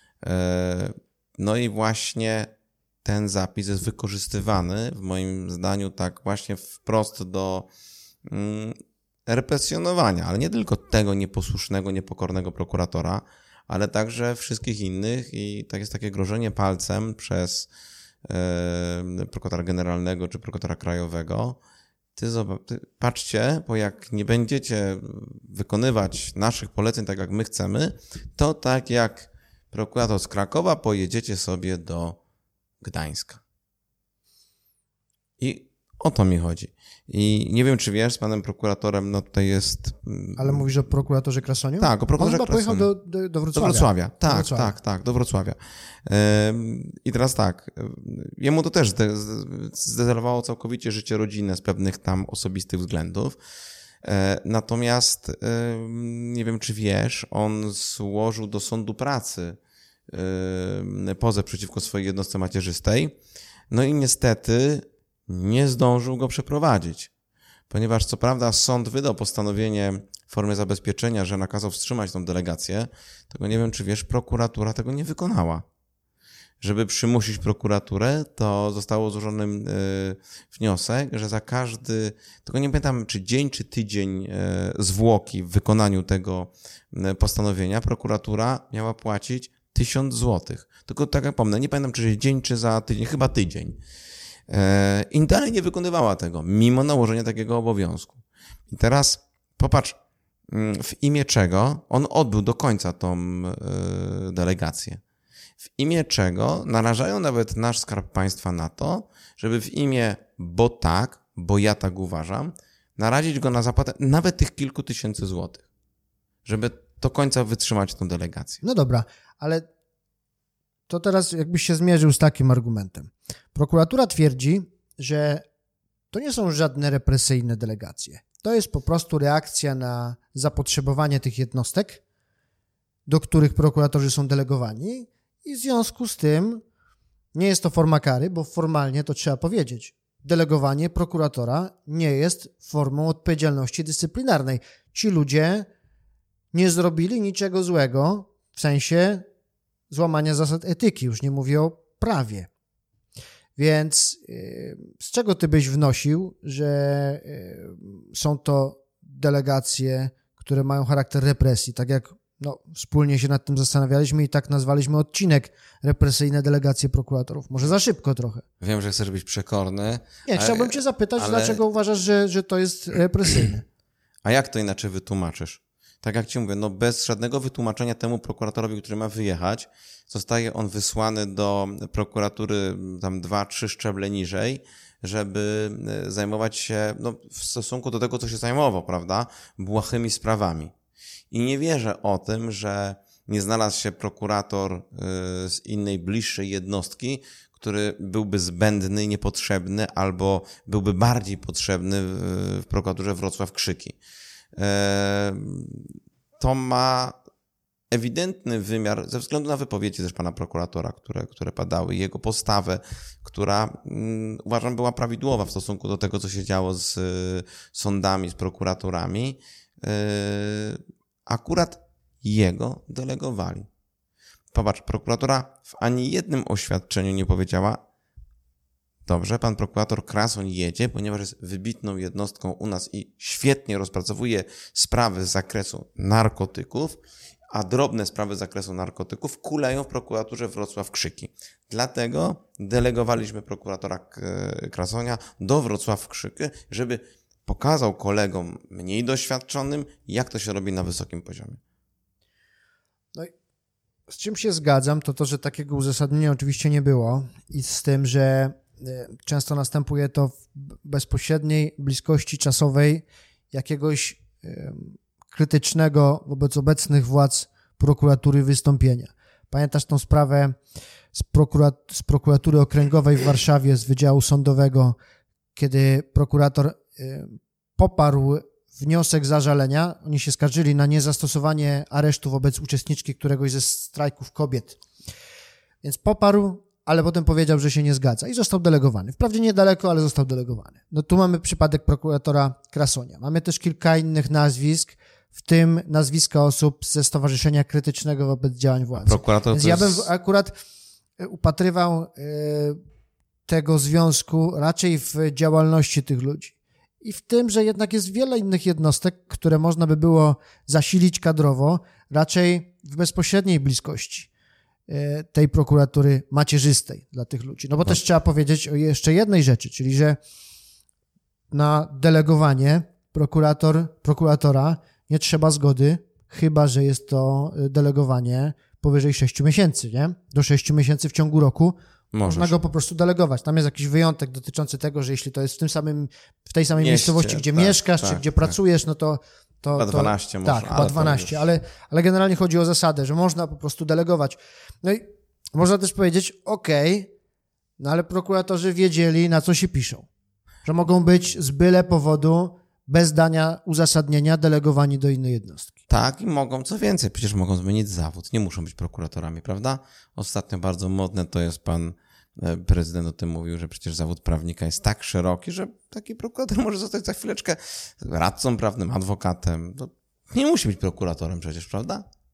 No i właśnie ten zapis jest wykorzystywany, w moim zdaniu, tak właśnie wprost do represjonowania, ale nie tylko tego nieposłusznego, niepokornego prokuratora, ale także wszystkich innych i tak jest takie grożenie palcem przez prokuratora generalnego czy prokuratora krajowego. Patrzcie, bo jak nie będziecie wykonywać naszych poleceń tak, jak my chcemy, to tak jak prokurator z Krakowa pojedziecie sobie do Gdańska. I o to mi chodzi. I nie wiem, czy wiesz, z panem prokuratorem, no tutaj jest... Ale mówisz o prokuratorze Krasoniu? Tak, o prokuratorze Krasoniu. On chyba pojechał do Wrocławia. Do Wrocławia. Tak, do Wrocławia. I teraz tak, jemu to też zdezerwowało całkowicie życie rodzinne z pewnych tam osobistych względów. Natomiast nie wiem, czy wiesz, on złożył do Sądu Pracy pozew przeciwko swojej jednostce macierzystej. No i niestety nie zdążył go przeprowadzić, ponieważ co prawda sąd wydał postanowienie w formie zabezpieczenia, że nakazał wstrzymać tą delegację, tego nie wiem, czy wiesz, prokuratura tego nie wykonała. żeby przymusić prokuraturę, to zostało złożony wniosek, że za każdy, tylko nie pamiętam czy dzień, czy tydzień zwłoki w wykonaniu tego postanowienia, prokuratura miała płacić 1000 złotych. Tylko tak jak pomnę, nie pamiętam czy dzień, czy za tydzień, chyba tydzień. I dalej nie wykonywała tego, mimo nałożenia takiego obowiązku. I teraz popatrz, w imię czego on odbył do końca tą delegację. W imię czego narażają nawet nasz Skarb Państwa na to, żeby w imię bo ja tak uważam, narazić go na zapłatę nawet tych kilku tysięcy złotych, żeby do końca wytrzymać tę delegację. No dobra, ale to teraz jakbyś się zmierzył z takim argumentem. Prokuratura twierdzi, że to nie są żadne represyjne delegacje. To jest po prostu reakcja na zapotrzebowanie tych jednostek, do których prokuratorzy są delegowani i w związku z tym nie jest to forma kary, bo formalnie to trzeba powiedzieć. Delegowanie prokuratora nie jest formą odpowiedzialności dyscyplinarnej. Ci ludzie nie zrobili niczego złego w sensie złamania zasad etyki, już nie mówię o prawie. Więc z czego ty byś wnosił, że są to delegacje, które mają charakter represji, tak jak wspólnie się nad tym zastanawialiśmy i tak nazwaliśmy odcinek represyjne delegacje prokuratorów. Może za szybko trochę. Wiem, że chcesz być przekorny. Nie, chciałbym cię zapytać, dlaczego uważasz, że to jest represyjne? A jak to inaczej wytłumaczysz? Tak jak ci mówię, bez żadnego wytłumaczenia temu prokuratorowi, który ma wyjechać, zostaje on wysłany do prokuratury tam 2-3 szczeble niżej, żeby zajmować się w stosunku do tego, co się zajmował, prawda, błahymi sprawami. I nie wierzę o tym, że nie znalazł się prokurator z innej, bliższej jednostki, który byłby zbędny, niepotrzebny albo byłby bardziej potrzebny w prokuraturze Wrocław-Krzyki. To ma ewidentny wymiar, ze względu na wypowiedzi też pana prokuratora, które padały, jego postawę, która uważam była prawidłowa w stosunku do tego, co się działo z sądami, z prokuraturami. Akurat jego delegowali. Popatrz, prokuratura w ani jednym oświadczeniu nie powiedziała: dobrze, pan prokurator Krasoń jedzie, ponieważ jest wybitną jednostką u nas i świetnie rozpracowuje sprawy z zakresu narkotyków, a drobne sprawy z zakresu narkotyków kuleją w prokuraturze Wrocław-Krzyki. Dlatego delegowaliśmy prokuratora Krasonia do Wrocław-Krzyki, żeby pokazał kolegom mniej doświadczonym, jak to się robi na wysokim poziomie. No i z czym się zgadzam, to, że takiego uzasadnienia oczywiście nie było i z tym, że często następuje to w bezpośredniej bliskości czasowej jakiegoś krytycznego wobec obecnych władz prokuratury wystąpienia. Pamiętasz tą sprawę z prokuratury okręgowej w Warszawie, z Wydziału Sądowego, kiedy prokurator poparł wniosek zażalenia. Oni się skarżyli na niezastosowanie aresztu wobec uczestniczki któregoś ze strajków kobiet. Więc poparł, ale potem powiedział, że się nie zgadza i został delegowany. Wprawdzie niedaleko, ale został delegowany. Tu mamy przypadek prokuratora Krasonia. Mamy też kilka innych nazwisk, w tym nazwiska osób ze Stowarzyszenia Krytycznego wobec działań władzy. Więc ja bym akurat upatrywał tego związku raczej w działalności tych ludzi. I w tym, że jednak jest wiele innych jednostek, które można by było zasilić kadrowo, raczej w bezpośredniej bliskości tej prokuratury macierzystej dla tych ludzi. Bo też trzeba powiedzieć o jeszcze jednej rzeczy, czyli że na delegowanie prokuratora nie trzeba zgody, chyba że jest to delegowanie powyżej 6 miesięcy, nie? Do 6 miesięcy w ciągu roku można go po prostu delegować. Tam jest jakiś wyjątek dotyczący tego, że jeśli to jest w tej samej miejscowości, gdzie mieszkasz, czy gdzie pracujesz, to chyba 12 może. Tak, chyba 12, ale generalnie chodzi o zasadę, że można po prostu delegować. No i można też powiedzieć, ale prokuratorzy wiedzieli, na co się piszą. Że mogą być z byle powodu, bez dania uzasadnienia, delegowani do innej jednostki. Tak, i mogą, co więcej, przecież mogą zmienić zawód. Nie muszą być prokuratorami, prawda? Ostatnio bardzo modne to jest pan prezydent o tym mówił, że przecież zawód prawnika jest tak szeroki, że taki prokurator może zostać za chwileczkę radcą prawnym, adwokatem. To nie musi być prokuratorem przecież, prawda?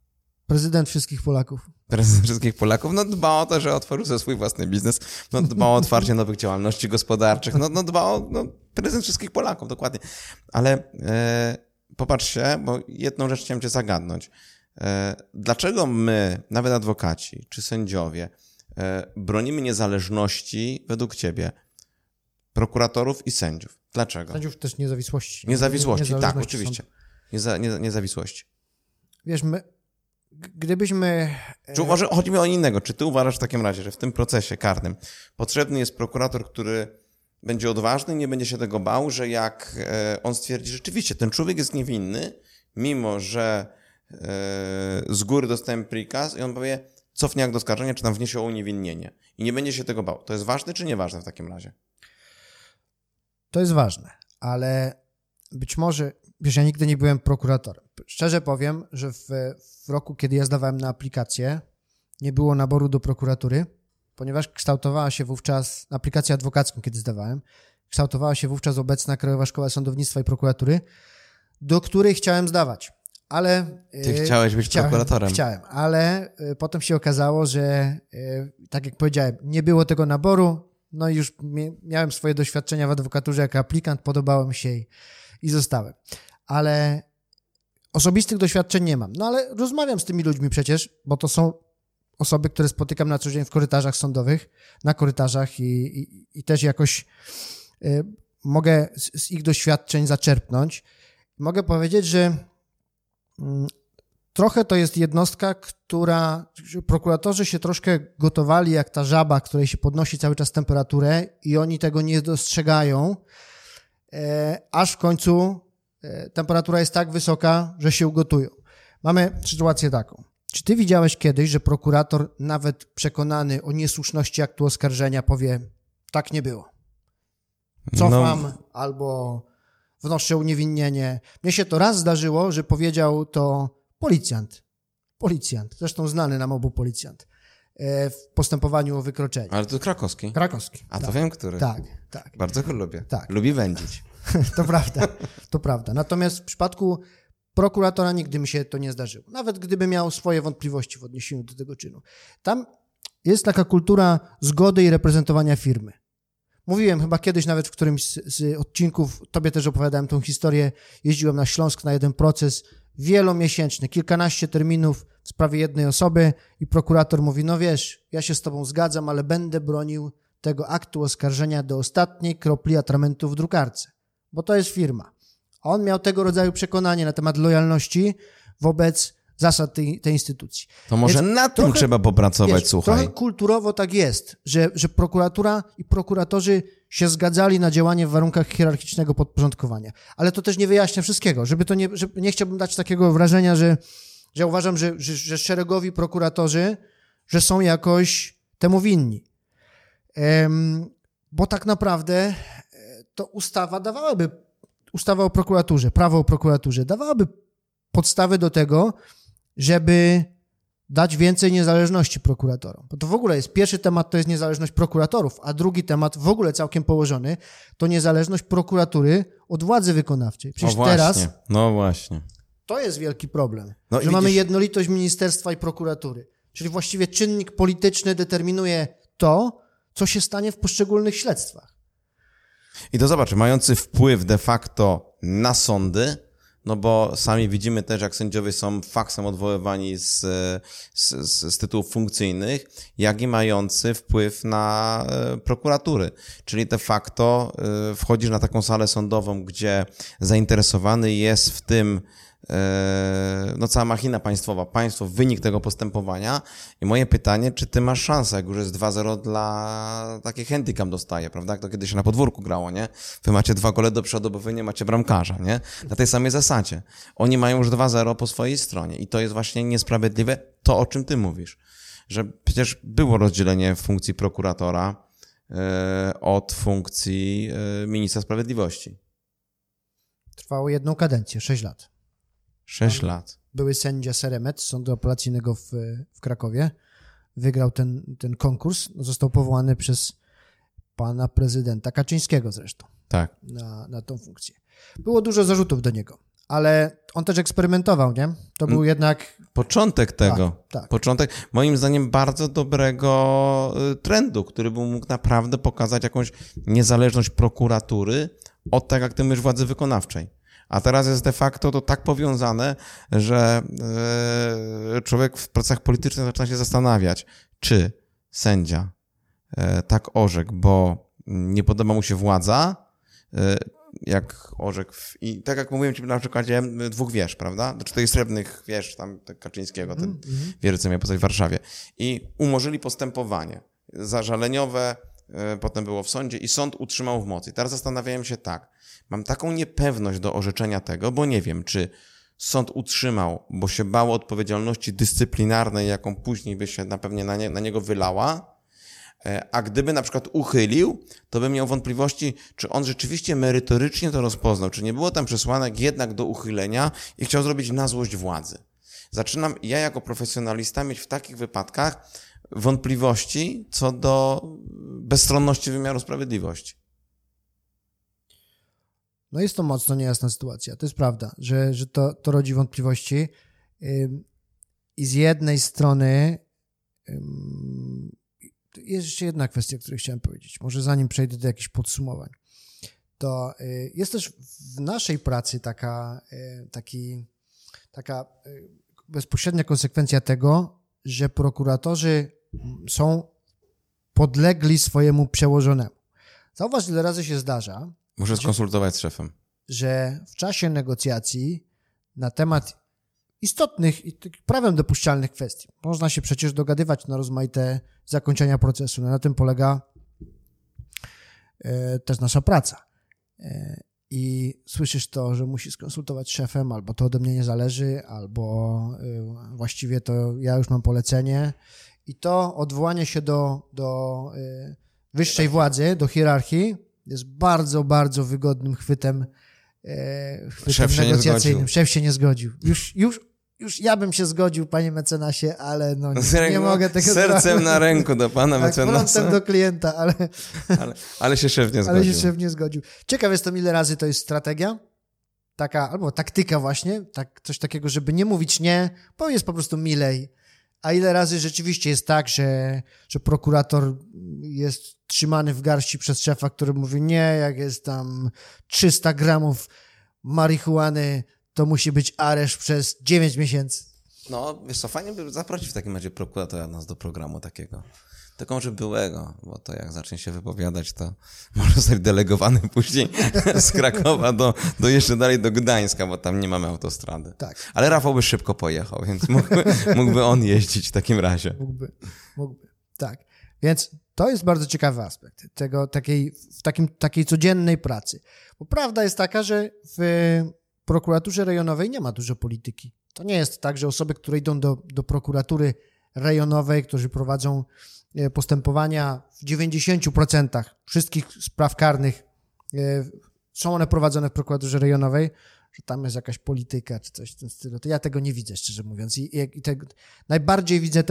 Prezydent wszystkich Polaków. Prezydent wszystkich Polaków, no dba o to, że otworzył sobie swój własny biznes, no dba o otwarcie nowych działalności gospodarczych, no dba o, prezydent wszystkich Polaków, dokładnie. Ale popatrzcie, bo jedną rzecz chciałem cię zagadnąć. Dlaczego my, nawet adwokaci czy sędziowie, bronimy niezależności według ciebie prokuratorów i sędziów? Dlaczego? Sędziów też niezawisłości. Niezawisłości, tak, oczywiście. Niezawisłości. Wiesz, gdybyśmy... Czy może chodzi mi o innego. Czy ty uważasz w takim razie, że w tym procesie karnym potrzebny jest prokurator, który będzie odważny, nie będzie się tego bał, że jak on stwierdzi, że rzeczywiście ten człowiek jest niewinny, mimo że z góry dostałem prikaz i on powie, cofnie akt do oskarżenia, czy tam wniesie o uniewinnienie. I nie będzie się tego bał. To jest ważne, czy nieważne w takim razie? To jest ważne, ale być może, wiesz, ja nigdy nie byłem prokuratorem. Szczerze powiem, że w roku, kiedy ja zdawałem na aplikację, nie było naboru do prokuratury, ponieważ kształtowała się wówczas, aplikację adwokacką, kiedy zdawałem, kształtowała się wówczas obecna Krajowa Szkoła Sądownictwa i Prokuratury, do której chciałem zdawać. Ale... Ty chciałeś być prokuratorem. Chciałem, ale potem się okazało, że tak jak powiedziałem, nie było tego naboru, no i już miałem swoje doświadczenia w adwokaturze jako aplikant, podobało mi się i zostałem. Ale osobistych doświadczeń nie mam. No ale rozmawiam z tymi ludźmi przecież, bo to są osoby, które spotykam na co dzień w korytarzach sądowych, na korytarzach i też jakoś mogę z ich doświadczeń zaczerpnąć. Mogę powiedzieć, że trochę to jest jednostka, prokuratorzy się troszkę gotowali jak ta żaba, której się podnosi cały czas temperaturę i oni tego nie dostrzegają, aż w końcu temperatura jest tak wysoka, że się ugotują. Mamy sytuację taką. Czy ty widziałeś kiedyś, że prokurator nawet przekonany o niesłuszności aktu oskarżenia powie, tak nie było. Cofam albo wnoszę uniewinnienie. Mnie się to raz zdarzyło, że powiedział to policjant, zresztą znany nam obu policjant, w postępowaniu o wykroczenie. Ale to krakowski. Krakowski. A to wiem, który. Tak. Bardzo go lubię. Tak. Lubi wędzić. To prawda. Natomiast w przypadku prokuratora nigdy mi się to nie zdarzyło. Nawet gdyby miał swoje wątpliwości w odniesieniu do tego czynu. Tam jest taka kultura zgody i reprezentowania firmy. Mówiłem chyba kiedyś nawet w którymś z odcinków, tobie też opowiadałem tą historię, jeździłem na Śląsk na jeden proces wielomiesięczny, kilkanaście terminów w sprawie jednej osoby i prokurator mówi, no wiesz, ja się z tobą zgadzam, ale będę bronił tego aktu oskarżenia do ostatniej kropli atramentu w drukarce, bo to jest firma. A on miał tego rodzaju przekonanie na temat lojalności wobec zasad tej instytucji. To może więc nad tym trzeba popracować, słuchaj. Trochę kulturowo tak jest, że prokuratura i prokuratorzy się zgadzali na działanie w warunkach hierarchicznego podporządkowania. Ale to też nie wyjaśnia wszystkiego, żeby nie chciałbym dać takiego wrażenia, że uważam, że szeregowi prokuratorzy, że są jakoś temu winni. Bo tak naprawdę to ustawa o prokuraturze, prawo o prokuraturze dawałaby podstawy do tego, żeby dać więcej niezależności prokuratorom. Bo to w ogóle jest, pierwszy temat to jest niezależność prokuratorów, a drugi temat w ogóle całkiem położony to niezależność prokuratury od władzy wykonawczej. Przecież teraz... No właśnie. To jest wielki problem, że mamy jednolitość ministerstwa i prokuratury. Czyli właściwie czynnik polityczny determinuje to, co się stanie w poszczególnych śledztwach. I to zobacz, mający wpływ de facto na sądy, no bo sami widzimy też, jak sędziowie są faksem odwoływani z tytułów funkcyjnych, jak i mający wpływ na prokuratury. Czyli de facto wchodzisz na taką salę sądową, gdzie zainteresowany jest w tym cała machina państwowa, państwo, wynik tego postępowania. I moje pytanie, czy ty masz szansę, jak już jest 2-0 dla taki handicap dostaje, prawda? Jak to kiedyś się na podwórku grało, nie? Wy macie 2 gole do przodu, bo wy nie macie bramkarza, nie? Na tej samej zasadzie. Oni mają już 2-0 po swojej stronie i to jest właśnie niesprawiedliwe, to o czym ty mówisz. Że przecież było rozdzielenie funkcji prokuratora od funkcji ministra sprawiedliwości. Trwało 1 kadencję, 6 lat. 6 lat. Były sędzia Seremet z Sądu Apelacyjnego w Krakowie. Wygrał ten konkurs. Został powołany przez pana prezydenta Kaczyńskiego zresztą. Tak. Na tą funkcję. Było dużo zarzutów do niego, ale on też eksperymentował, nie? To był jednak... Początek tego. Tak. Początek, moim zdaniem, bardzo dobrego trendu, który by mógł naprawdę pokazać jakąś niezależność prokuratury od, tak jak ty mówisz, władzy wykonawczej. A teraz jest de facto to tak powiązane, że człowiek w pracach politycznych zaczyna się zastanawiać, czy sędzia tak orzekł, bo nie podoba mu się władza, jak orzekł, i tak jak mówiłem ci na przykładzie 2 wież, prawda? Czy tej srebrnych wież tam Kaczyńskiego, ten wieży, co miał powstać w Warszawie. I umorzyli postępowanie zażaleniowe, potem było w sądzie i sąd utrzymał w mocy. Teraz zastanawiałem się tak, mam taką niepewność do orzeczenia tego, bo nie wiem, czy sąd utrzymał, bo się bał odpowiedzialności dyscyplinarnej, jaką później by się pewnie na niego wylała, a gdyby na przykład uchylił, to bym miał wątpliwości, czy on rzeczywiście merytorycznie to rozpoznał, czy nie było tam przesłanek jednak do uchylenia i chciał zrobić na złość władzy. Zaczynam ja jako profesjonalista mieć w takich wypadkach wątpliwości co do bezstronności wymiaru sprawiedliwości. No jest to mocno niejasna sytuacja. To jest prawda, że to rodzi wątpliwości. I z jednej strony jest jeszcze jedna kwestia, o której chciałem powiedzieć. Może zanim przejdę do jakichś podsumowań. To jest też w naszej pracy taka bezpośrednia konsekwencja tego, że prokuratorzy są podlegli swojemu przełożonemu. Zauważ, ile razy się zdarza, muszę skonsultować z szefem, że w czasie negocjacji na temat istotnych i prawem dopuszczalnych kwestii można się przecież dogadywać na rozmaite zakończenia procesu. No, na tym polega też nasza praca. I słyszysz to, że musisz skonsultować z szefem, albo to ode mnie nie zależy, albo właściwie to ja już mam polecenie. I to odwołanie się do wyższej władzy, do hierarchii jest bardzo, bardzo wygodnym chwytem negocjacyjnym. Szef się nie zgodził. Już ja bym się zgodził, panie mecenasie, ale no nie mogę tego zrobić. Sercem na ręku do pana mecenasa. Frontem do klienta, ale się szef nie zgodził. Ale się szef nie zgodził. Ciekaw jestem, ile razy to jest strategia, taka, albo taktyka właśnie, coś takiego, żeby nie mówić nie, bo jest po prostu milej. A ile razy rzeczywiście jest tak, że prokurator jest trzymany w garści przez szefa, który mówi nie, jak jest tam 300 gramów marihuany, to musi być areszt przez 9 miesięcy. No, wiesz co, fajnie by zaprosić w takim razie prokuratora nas do programu takiego. Tylko może byłego, bo to jak zacznie się wypowiadać, to może zostać delegowany później z Krakowa do jeszcze dalej do Gdańska, bo tam nie mamy autostrady. Tak. Ale Rafał by szybko pojechał, więc mógłby on jeździć w takim razie. Mógłby, tak. Więc to jest bardzo ciekawy aspekt takiej codziennej pracy. Bo prawda jest taka, że w prokuraturze rejonowej nie ma dużo polityki. To nie jest tak, że osoby, które idą do prokuratury rejonowej, którzy prowadzą postępowania w 90% wszystkich spraw karnych, są one prowadzone w prokuraturze rejonowej, że tam jest jakaś polityka czy coś w tym stylu. To ja tego nie widzę, szczerze mówiąc. Najbardziej widzę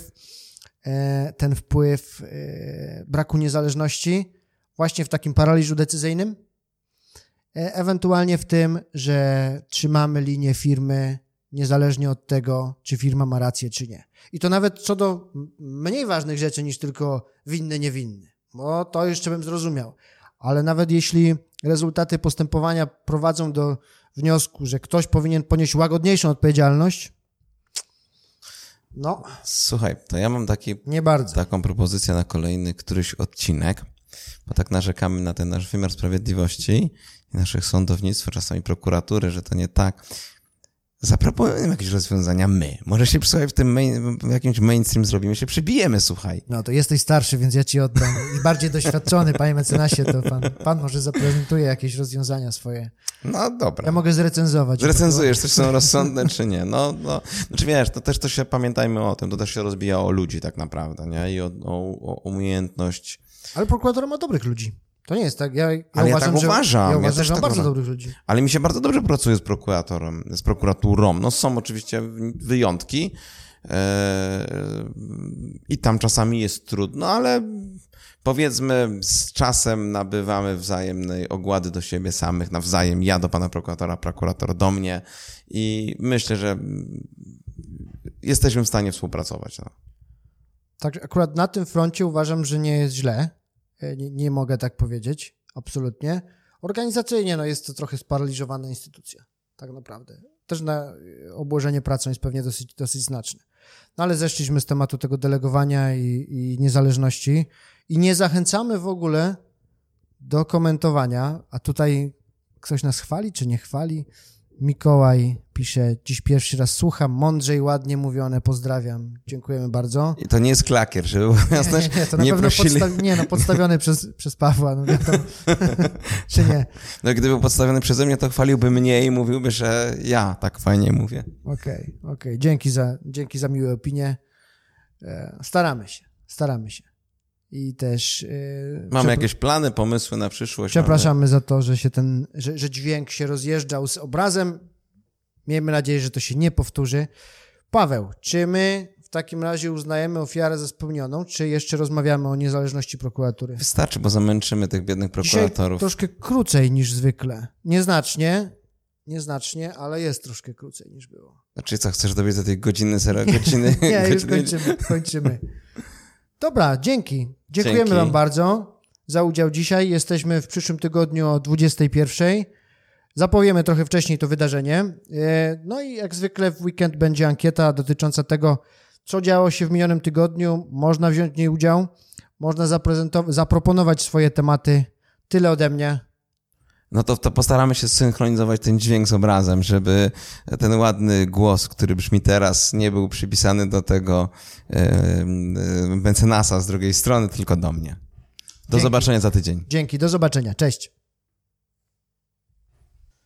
ten wpływ braku niezależności właśnie w takim paraliżu decyzyjnym, ewentualnie w tym, że trzymamy linię firmy niezależnie od tego, czy firma ma rację, czy nie. I to nawet co do mniej ważnych rzeczy niż tylko winny, niewinny, bo to jeszcze bym zrozumiał. Ale nawet jeśli rezultaty postępowania prowadzą do wniosku, że ktoś powinien ponieść łagodniejszą odpowiedzialność, no... Słuchaj, to ja mam taką propozycję na kolejny któryś odcinek, bo tak narzekamy na ten nasz wymiar sprawiedliwości i naszych sądownictwa, czasami prokuratury, że to nie tak. Zaproponujemy jakieś rozwiązania my. Może się, słuchaj, w jakimś mainstream zrobimy, się przybijemy, słuchaj. No to jesteś starszy, więc ja ci oddam. I bardziej doświadczony, panie mecenasie, to pan może zaprezentuje jakieś rozwiązania swoje. No dobra. Ja mogę zrecenzować. Zrecenzujesz, czy są rozsądne, czy nie. No, znaczy wiesz, to też to się, pamiętajmy o tym, to też się rozbija o ludzi tak naprawdę, nie? I o umiejętność. Ale prokurator ma dobrych ludzi. To nie jest tak. Ale ja tak uważam. Ja uważam, też że mam tak bardzo uważam. dobrych ludzi. Ale mi się bardzo dobrze pracuje z prokuraturą. No są oczywiście wyjątki i tam czasami jest trudno, ale powiedzmy z czasem nabywamy wzajemnej ogłady do siebie samych, nawzajem, ja do pana prokuratora, prokurator do mnie i myślę, że jesteśmy w stanie współpracować. No. Tak, akurat na tym froncie uważam, że nie jest źle. Nie mogę tak powiedzieć, absolutnie. Organizacyjnie jest to trochę sparaliżowana instytucja, tak naprawdę. Też na obłożenie pracą jest pewnie dosyć znaczne. No ale zeszliśmy z tematu tego delegowania i niezależności i nie zachęcamy w ogóle do komentowania, a tutaj ktoś nas chwali czy nie chwali. Mikołaj pisze, dziś pierwszy raz słucham, mądrze i ładnie mówione, pozdrawiam. Dziękujemy bardzo. I to nie jest klakier, żeby było jasne. Nie, to na pewno podstawiony przez Pawła, no wiadomo, czy nie. No gdyby był podstawiony przeze mnie, to chwaliłby mnie i mówiłby, że ja tak fajnie mówię. Okej. Dzięki za miłe opinie. Staramy się. I też... Mamy jakieś plany, pomysły na przyszłość. Przepraszamy za to, że że dźwięk się rozjeżdżał z obrazem. Miejmy nadzieję, że to się nie powtórzy. Paweł, czy my w takim razie uznajemy ofiarę za spełnioną, czy jeszcze rozmawiamy o niezależności prokuratury? Wystarczy, bo zamęczymy tych biednych prokuratorów. Dzisiaj troszkę krócej niż zwykle. Nieznacznie, ale jest troszkę krócej niż było. Znaczy co, chcesz dobiec do tej godziny, godziny? Nie, już kończymy. Dobra, Dziękujemy wam bardzo za udział dzisiaj. Jesteśmy w przyszłym tygodniu o 21:00. Zapowiemy trochę wcześniej to wydarzenie. No i jak zwykle w weekend będzie ankieta dotycząca tego, co działo się w minionym tygodniu. Można wziąć w niej udział, można zaproponować swoje tematy. Tyle ode mnie. No to postaramy się synchronizować ten dźwięk z obrazem, żeby ten ładny głos, który brzmi teraz, nie był przypisany do tego mecenasa z drugiej strony, tylko do mnie. Do zobaczenia za tydzień. Dzięki, do zobaczenia. Cześć.